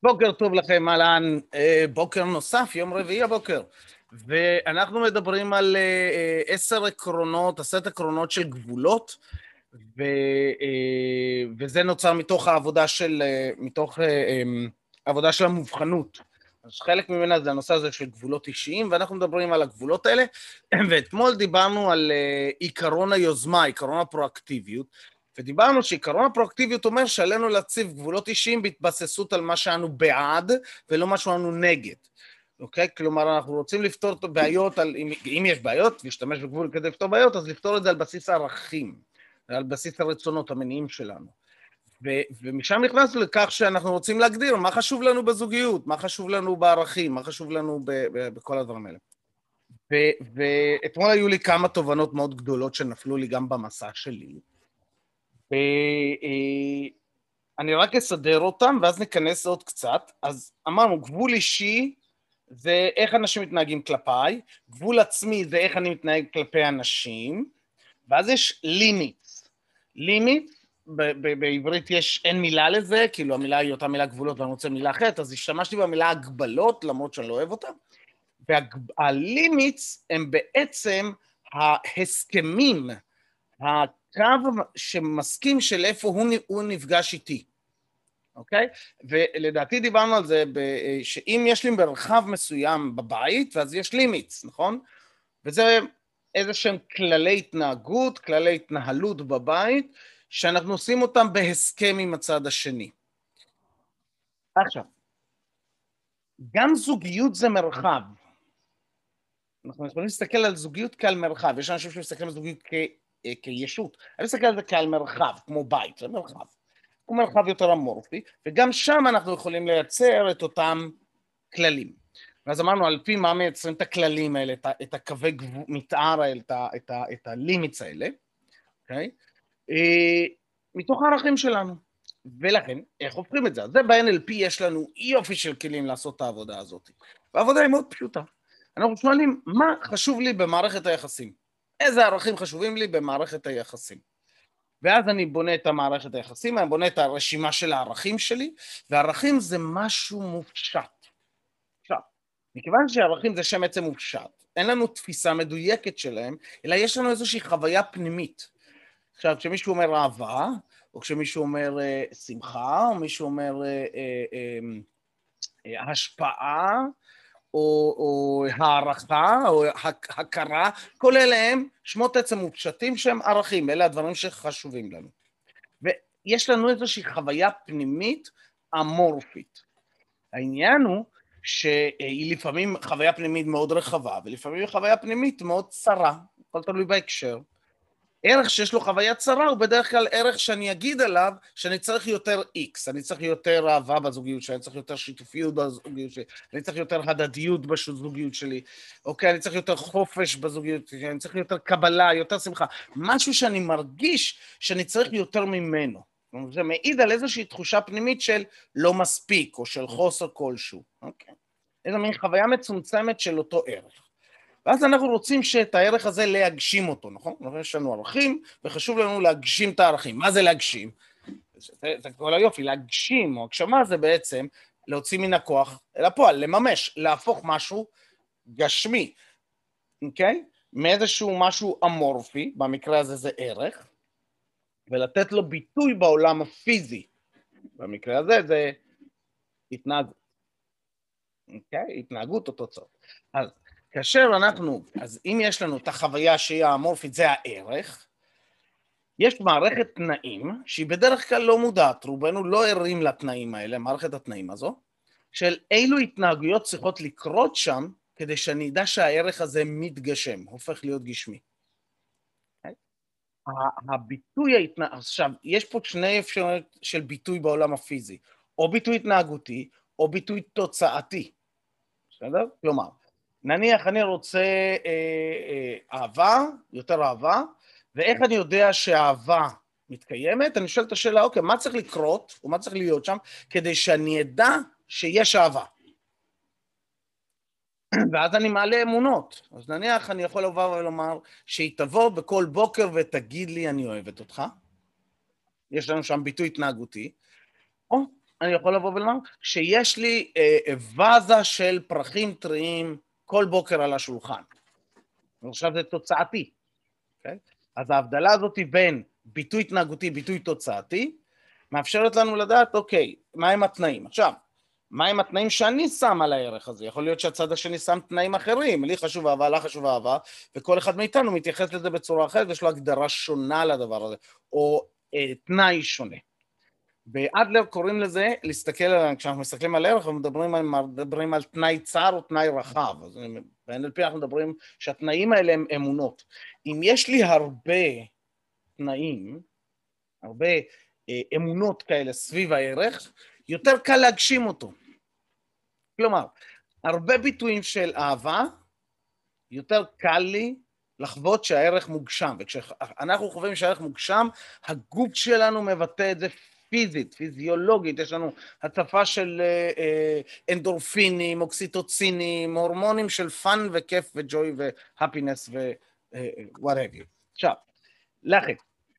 בוקר טוב לכם, אהלן, בוקר נוסף, יום רביעי הבוקר. ואנחנו מדברים על 10 עקרונות של גבולות, וזה נוצר מתוך העבודה של המובחנות. אז חלק ממנה זה הנושא הזה של גבולות אישיים, ואנחנו מדברים על הגבולות האלה, ואתמול דיברנו על עיקרון היוזמה, עיקרון הפרואקטיביות, ודיברנו שעיקרון הפרואקטיביות אומר שעלינו להציב גבולות אישיים בהתבססות על מה שאנו בעד ולא מה שאנו נגד. אוקיי? כלומר, אנחנו רוצים לפתור את הבעיות, אם יש בעיות, להשתמש בגבול כדי לפתור בעיות, אז לפתור את זה על בסיס הערכים, על בסיס הרצונות המניעים שלנו. ומשם נכנסנו לכך שאנחנו רוצים להגדיר מה חשוב לנו בזוגיות, מה חשוב לנו בערכים, מה חשוב לנו בכל הדברים האלה. ואתמול היו לי כמה תובנות מאוד גדולות שנפלו לי גם במסע שלי. אני רק אסדר אותם, ואז ניכנס עוד קצת. אז אמרנו, גבול אישי זה איך אנשים מתנהגים כלפיי, גבול עצמי זה איך אני מתנהג כלפי אנשים, ואז יש לימיט. לימיט, בעברית אין מילה לזה, כאילו המילה היא אותה מילה גבולות ואני רוצה מילה אחרת, אז השתמשתי במילה הגבלות, למרות שאני לא אוהב אותה, והלימיטס הם בעצם ההסכמים, הקו שמסכים של איפה הוא נפגש איתי, אוקיי? ולדעתי דיברנו על זה, שאם יש לי מרחב מסוים בבית, ואז יש לימיטס, נכון? וזה איזה שהם כללי התנהגות, כללי התנהלות בבית, שאנחנו עושים אותם בהסכם עם הצד השני. עכשיו, גם זוגיות זה מרחב. אנחנו יכולים להסתכל על זוגיות כעל מרחב, יש אנשים שמסתכלים על זוגיות כישות, אני מסתכל על זה כעל מרחב, כמו בית, זה מרחב. הוא מרחב יותר אמורפי, וגם שם אנחנו יכולים לייצר את אותם כללים. ואז אמרנו, על פי מה מייצרים את הכללים האלה, את הקווי מתאר האלה, את הלימיטס האלה, אוקיי? מתוך הערכים שלנו. ולכן, איך הופכים את זה? אז זה ב-NLP יש לנו יופי של כלים לעשות את העבודה הזאת. והעבודה היא מאוד פשוטה. אנחנו שואלים, מה חשוב לי במערכת היחסים? איזה ערכים חשובים לי במערכת היחסים? ואז אני בונה את המערכת היחסים, אני בונה את הרשימה של הערכים שלי, והערכים זה משהו מופשט. עכשיו, מכיוון שערכים זה שם עצם מופשט, אין לנו תפיסה מדויקת שלהם, אלא יש לנו איזושהי חוויה פנימית. עכשיו, כשמישהו אומר אהבה, או כשמישהו אומר שמחה, או מישהו אומר השפעה, או הערכה, או הכרה, כל אלה הם שמות עצם מופשטים שהם ערכים, אלה הדברים שחשובים לנו. ויש לנו איזושהי חוויה פנימית אמורפית. העניין הוא שהיא לפעמים חוויה פנימית מאוד רחבה, ולפעמים היא חוויה פנימית מאוד צרה, כל תלוי בהקשר. ערך שיש לו חוויה צרה הוא בדרך כלל ערך שאני אגיד עליו שאני צריך יותר X, אני צריך יותר אהבה בזוגיות שלי, אני צריך יותר שיתופיות בזוגיות שלי, אני צריך יותר הדדיות בזוגיות שלי, אוקיי, אני צריך יותר חופש בזוגיות שלי, אני צריך יותר קבלה, יותר שמחה, משהו שאני מרגיש שאני צריך יותר ממנו. זה מעיד על איזושהי תחושה פנימית של לא מספיק או של חוסר כלשהו, אוקיי? איזו מין חוויה מצומצמת של אותו ערך. ואז אנחנו רוצים שאת הערך הזה להגשים אותו, נכון? יש לנו ערכים, וחשוב לנו להגשים את הערכים. מה זה להגשים? זה כל היופי, להגשים, או הגשמה זה בעצם להוציא מן הכוח אל הפועל, לממש, להפוך משהו גשמי, אוקיי? מאיזשהו משהו אמורפי, במקרה הזה זה ערך, ולתת לו ביטוי בעולם הפיזי. במקרה הזה זה התנהגות. אוקיי? התנהגות או תוצאות. אז אם יש לנו את החוויה שהיא האמורפית, זה הערך, יש מערכת תנאים שהיא בדרך כלל לא מודעת, רובנו לא ערים לתנאים האלה, מערכת התנאים הזו, של אילו התנהגויות צריכות לקרות שם, כדי שאני אדע שהערך הזה מתגשם, הופך להיות גשמי. הביטוי עכשיו, יש פה שני אפשרויות של ביטוי בעולם הפיזי, או ביטוי התנהגותי, או ביטוי תוצאתי. בסדר? כלומר, נניח אני רוצה אהבה, יותר אהבה, ואיך אני יודע שהאהבה מתקיימת? אני שואל את השאלה, אוקיי, מה צריך לקרות, או מה צריך להיות שם, כדי שאני אדע שיש אהבה? ואז אני מעלה אמונות. אז נניח אני יכול לבוא ולומר, שהיא תבוא בכל בוקר ותגיד לי, אני אוהבת אותך. יש לנו שם ביטוי התנהגותי. או אני יכול לבוא ולומר שיש לי וזה של פרחים טריים כל בוקר על השולחן. עכשיו זה תוצאתי. Okay? אז ההבדלה הזאת בין ביטוי התנהגותי, ביטוי תוצאתי, מאפשרת לנו לדעת, אוקיי, מהם התנאים. עכשיו, מהם התנאים שאני שם על הערך הזה? יכול להיות שהצד השני שם תנאים אחרים, לי חשוב אהבה, לה חשוב אהבה, וכל אחד מאיתנו מתייחס לזה בצורה אחרת, ויש לו הגדרה שונה לדבר הזה, או תנאי שונה. באדלר קוראים לזה, כשאנחנו מסתכלים על ערך, אנחנו מדברים על תנאי צר או תנאי רחב. אז ב-NLP אנחנו מדברים שהתנאים האלה הם אמונות. אם יש לי הרבה תנאים, הרבה אמונות כאלה סביב הערך, יותר קל להגשים אותו. כלומר, הרבה ביטויים של אהבה, יותר קל לי לחוות שהערך מוגשם. וכשאנחנו חווים שהערך מוגשם, הגוף שלנו מבטא את זה פיזית, פיזיולוגית, יש לנו הצפה של אנדורפינים, אוקסיטוצינים, הורמונים של פאן וכיף וג'וי והפינס ו-what have you. עכשיו, לכן,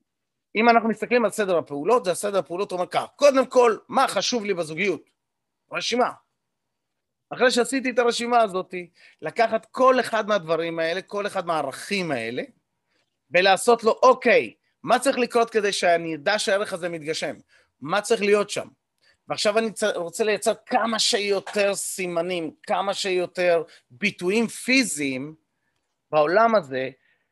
אם אנחנו מסתכלים על סדר הפעולות, זה הסדר הפעולות אומר כך, קודם כל, מה חשוב לי בזוגיות? רשימה. אחרי שעשיתי את הרשימה הזאת, לקחת כל אחד מהדברים האלה, כל אחד מהערכים האלה, ולעשות לו, אוקיי, מה צריך לקרות כדי שאני אדע שהערך הזה מתגשם? מה צריך להיות שם? ועכשיו אני רוצה לייצר כמה שיותר סימנים, כמה שיותר ביטויים פיזיים בעולם הזה,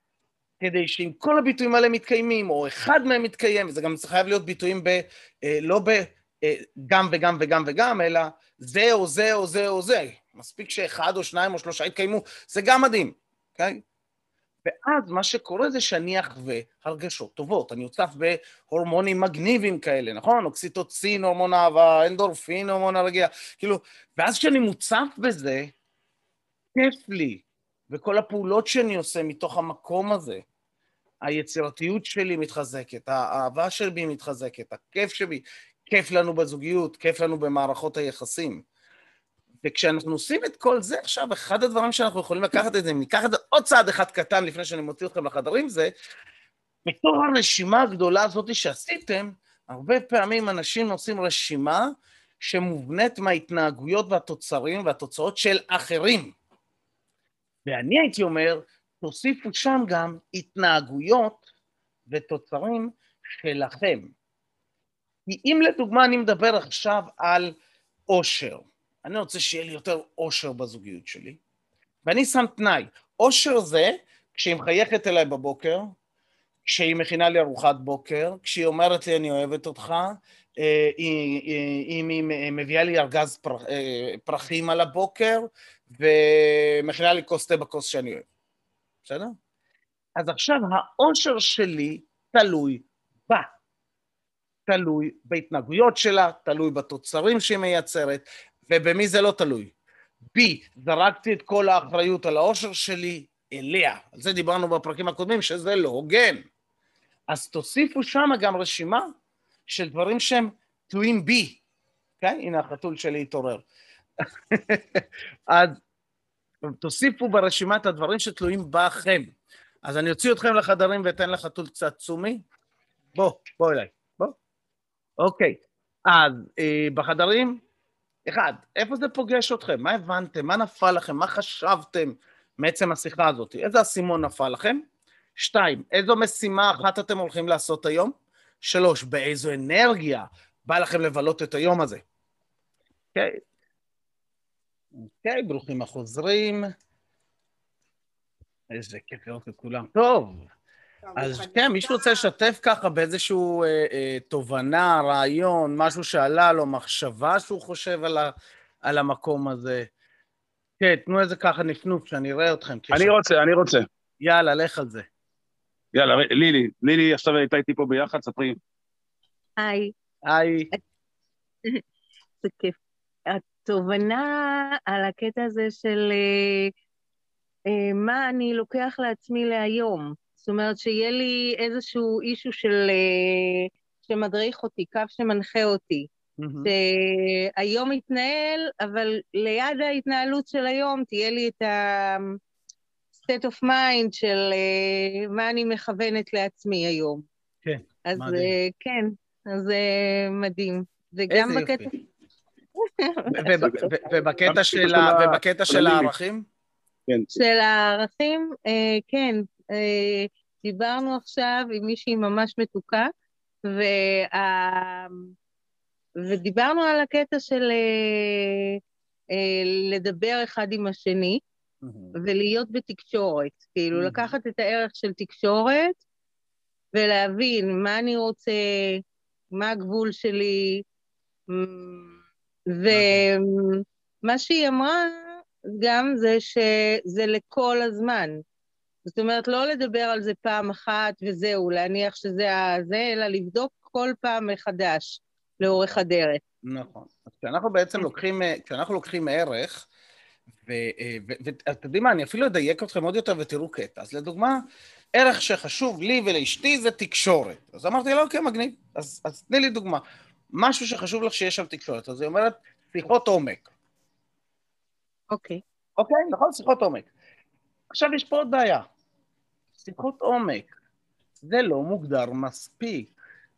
כדי שאם כל הביטויים האלה מתקיימים, או אחד מהם מתקיים, וזה גם חייב להיות ביטויים לא גם וגם וגם וגם, אלא זה או זה או זה או זה. מספיק שאחד או שניים או שלושה יתקיימו, זה גם מדהים, אוקיי? ואז מה שקורה זה שאני אחווה הרגשות טובות, אני יוצף בהורמונים מגניביים כאלה, נכון? אוקסיטוצין, הורמון אהבה, אנדורפין, הורמון הרגיעה, כאילו, ואז כשאני מוצף בזה, כיף לי, וכל הפעולות שאני עושה מתוך המקום הזה, היצירתיות שלי מתחזקת, האהבה שלי מתחזקת, הכיף שלי, כיף לנו בזוגיות, כיף לנו במערכות היחסים. וכשאנחנו עושים את כל זה, עכשיו, אחד הדברים שאנחנו יכולים לקחת את זה, אם ניקח את זה עוד צעד אחד קטן לפני שאני מוציא אתכם לחדרים, זה, בתור הרשימה הגדולה הזאת שעשיתם, הרבה פעמים אנשים עושים רשימה שמובנית מההתנהגויות והתוצרים והתוצאות של אחרים. ואני הייתי אומר, תוסיפו שם גם התנהגויות ותוצרים שלכם. כי אם לדוגמה אני מדבר עכשיו על אושר, אני רוצה שיהיה לי יותר אושר בזוגיות שלי, ואני שם תנאי, אושר זה כשהיא מחייכת אליי בבוקר, כשהיא מכינה לי ארוחת בוקר, כשהיא אומרת לי אני אוהבת אותך, אם היא מביאה לי ארגז פרחים על הבוקר, ומכינה לי כוס תה בכוס שאני אוהב. בסדר? אז עכשיו האושר שלי תלוי בה. תלוי בהתנהגויות שלה, תלוי בתוצרים שהיא מייצרת, ובמי זה לא תלוי. בי, זרקתי את כל האחריות על האושר שלי אליה. על זה דיברנו בפרקים הקודמים, שזה לא הוגן. אז תוסיפו שם גם רשימה של דברים שהם תלויים בי. כן? הנה החתול שלי התעורר. אז תוסיפו ברשימת הדברים שתלויים בכם. אז אני אוציא אתכם לחדרים ואתן לחתול קצת צומי. בוא אליי, בוא. אוקיי, אז בחדרים, אחד, איפה זה פוגש אתכם? מה הבנתם? מה נפל לכם? מה חשבתם מעצם השיחה הזאת? איזה אסימון נפל לכם? 2, איזו משימה אחת אתם הולכים לעשות היום? 3, באיזו אנרגיה בא לכם לבלות את היום הזה? אוקיי. אוקיי, ברוכים החוזרים. איזה כיף לראות את כולם. טוב, אז כן, מישהו רוצה לשתף ככה באיזשהו תובנה, רעיון, משהו שעלה לו, מחשבה שהוא חושב על המקום הזה. כן, תנו איזה ככה נפנוף, שאני אראה אתכם. אני רוצה. יאללה, לך על זה. יאללה, לילי עכשיו הייתה איתי פה ביחד, ספרי. היי. היי. זה כיף. התובנה על הקטע הזה של מה אני לוקח לעצמי להיום. זאת אומרת שיהיה לי איזשהו אישו שמדריך אותי, קו שמנחה אותי. שהיום יתנהל, אבל ליד ההתנהלות של היום תהיה לי את ה-state of mind של מה אני מכוונת לעצמי היום. כן, אז מדהים. כן, אז מדהים. וגם איזה בקטע... יופי. ובקטע של הערכים? כן. של הערכים, כן, דיברנו עכשיו עם מישהי ממש מתוקה, ודיברנו על הקטע של לדבר אחד עם השני, ולהיות בתקשורת, כאילו לקחת את הערך של תקשורת, ולהבין מה אני רוצה, מה הגבול שלי, ומה שהיא אמרה גם זה שזה לכל הזמן. זאת אומרת, לא לדבר על זה פעם אחת וזהו, להניח שזה זה, אלא לבדוק כל פעם מחדש לאורך הדרך. נכון. אז כשאנחנו בעצם לוקחים ערך, ואתם יודעים מה, אני אפילו אדייק אתכם עוד יותר ותראו קטע. אז לדוגמה, ערך שחשוב לי ולאשתי זה תקשורת. אז אמרתי לה, אוקיי, מגניב. אז תני לי דוגמה. משהו שחשוב לך שיש שם תקשורת. אז היא אומרת, שיחות עומק. אוקיי. אוקיי, נכון? שיחות עומק. עכשיו יש פה עוד בעיה. שיחות עומק, זה לא מוגדר מספיק.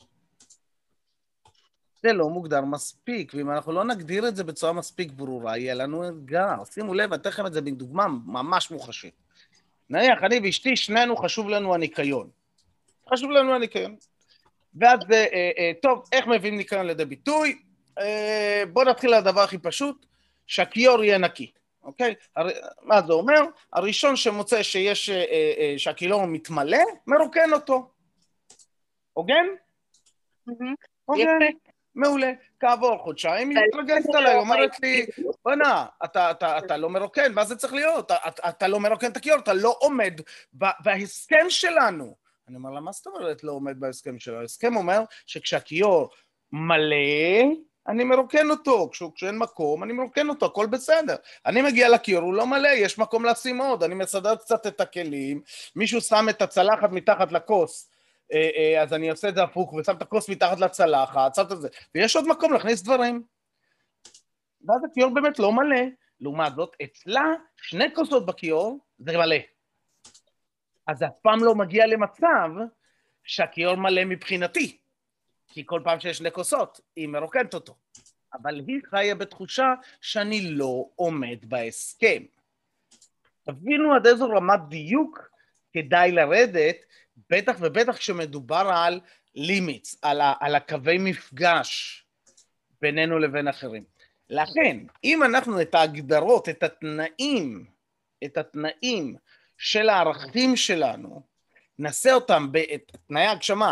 זה לא מוגדר מספיק, ואם אנחנו לא נגדיר את זה בצורה מספיק ברורה, יהיה לנו אתגר. שימו לב, אתן לכם את זה בדוגמה ממש מוחשית. נניח, אני ואשתי, שנינו חשוב לנו הניקיון. חשוב לנו הניקיון. ואז, טוב, איך מביאים ניקיון לידי ביטוי? בואו נתחיל לדבר הכי פשוט, שהכיור יהיה נקי, אוקיי? מה זה אומר? הראשון שמוצא שיש, שהכיור מתמלא, מרוקן אותו. הוגן? הוגן. מעולה. כעבור חודשיים היא מתרגזת עליי, אומרת לי, בנה, אתה לא מרוקן, מה זה צריך להיות? אתה לא מרוקן את הכיור, אתה לא עומד בהסכם שלנו. אני אומר לה, מה זאת אומרת לא עומד בהסכם שלנו? ההסכם אומר שכשהכיור מלא, אני מרוקן אותו, כשאין מקום, אני מרוקן אותו, הכל בסדר. אני מגיע לכיור, הוא לא מלא, יש מקום לשים עוד, אני מסדר קצת את הכלים, מישהו שם את הצלחת מתחת לכוס, אז אני עושה את זה הפוך, ושם את הכוס מתחת לצלחת, שם את זה, ויש עוד מקום להכניס דברים. ואז הכיור באמת לא מלא, לעומת זאת, אצלה 2 כוסות בכיור, זה מלא. אז אף פעם לא מגיע למצב שהכיור מלא מבחינתי, כי כל פעם שיש 2 כוסות, היא מרוקנת אותו. אבל היא חיה בתחושה שאני לא עומד בהסכם. תבינו עד איזו רמת דיוק כדאי לרדת, בטח ובטח כשמדובר על לימיטס, על הקווי מפגש בינינו לבין אחרים. לכן, אם אנחנו את ההגדרות, את התנאים של הערכים שלנו, נעשה אותם, את תנאי ההגשמה,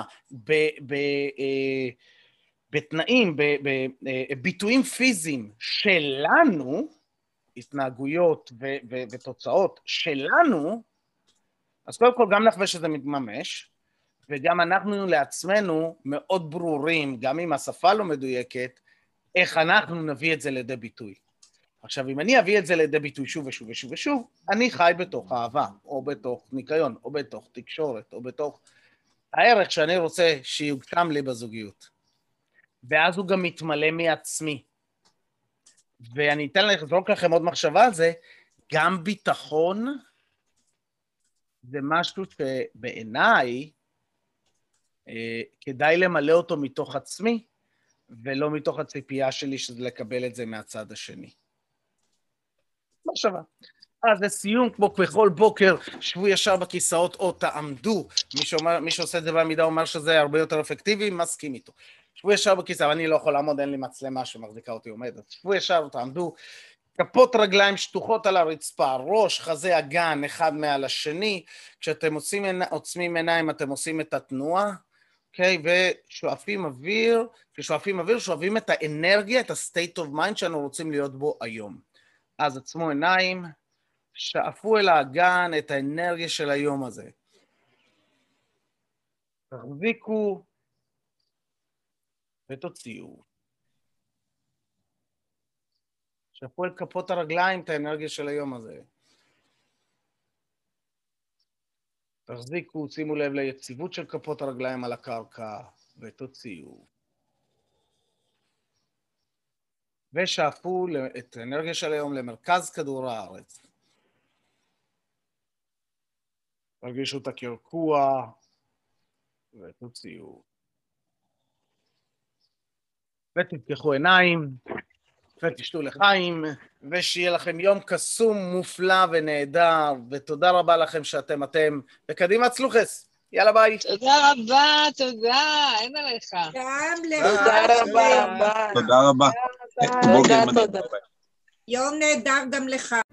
בתנאים, בביטויים פיזיים שלנו, התנהגויות ותוצאות שלנו, אז קודם כל גם נחווה שזה מתממש, וגם אנחנו לעצמנו מאוד ברורים, גם אם השפה לא מדויקת, איך אנחנו נביא את זה לידי ביטוי. עכשיו, אם אני אביא את זה לידי ביטוי שוב ושוב ושוב ושוב, אני חי בתוך אהבה, או בתוך ניקיון, או בתוך תקשורת, או בתוך הערך שאני רוצה שיוגשם לי בזוגיות. ואז הוא גם מתמלא מעצמי. ואני אתן לזרוק לכם עוד מחשבה על זה, גם ביטחון זה משהו שבעיניי כדאי למלא אותו מתוך עצמי, ולא מתוך הציפייה שלי שזה לקבל את זה מהצד השני. מחשבה. אז לסיום, כמו בכל בוקר, שבו ישר בכיסאות או תעמדו. מי שעושה את זה בעמידה אומר שזה הרבה יותר אפקטיבי, מסכים איתו. שבו ישר בכיסא, אבל אני לא יכול לעמוד, אין לי מצלמה שמחזיקה אותי עומדת. שבו ישר, תעמדו, כפות רגליים שטוחות על הרצפה, ראש, חזה אגן, אחד מעל השני. כשאתם עוצמים עיניים, אתם עושים את התנועה, אוקיי? ושואפים אוויר, כששואפים אוויר, שואבים את האנרגיה, את ה-state of mind שאנו רוצים להיות בו היום. אז עצמו עיניים, שאפו אל האגן את האנרגיה של היום הזה. תחזיקו ותוציאו. שאפו אל כפות הרגליים את האנרגיה של היום הזה. תחזיקו, שימו לב ליציבות של כפות הרגליים על הקרקע ותוציאו. ושאפו את האנרגיה של היום למרכז כדור הארץ. תרגישו את הקרקוע ותוציאו. ותפקחו עיניים, ותשתו לחיים, ושיהיה לכם יום קסום, מופלא ונהדר, ותודה רבה לכם שאתם, וקדימה צלוחס. יאללה ביי. תודה רבה, תודה, אין עליך. גם תודה רבה. תודה רבה. תודה. יום נהדר גם לך.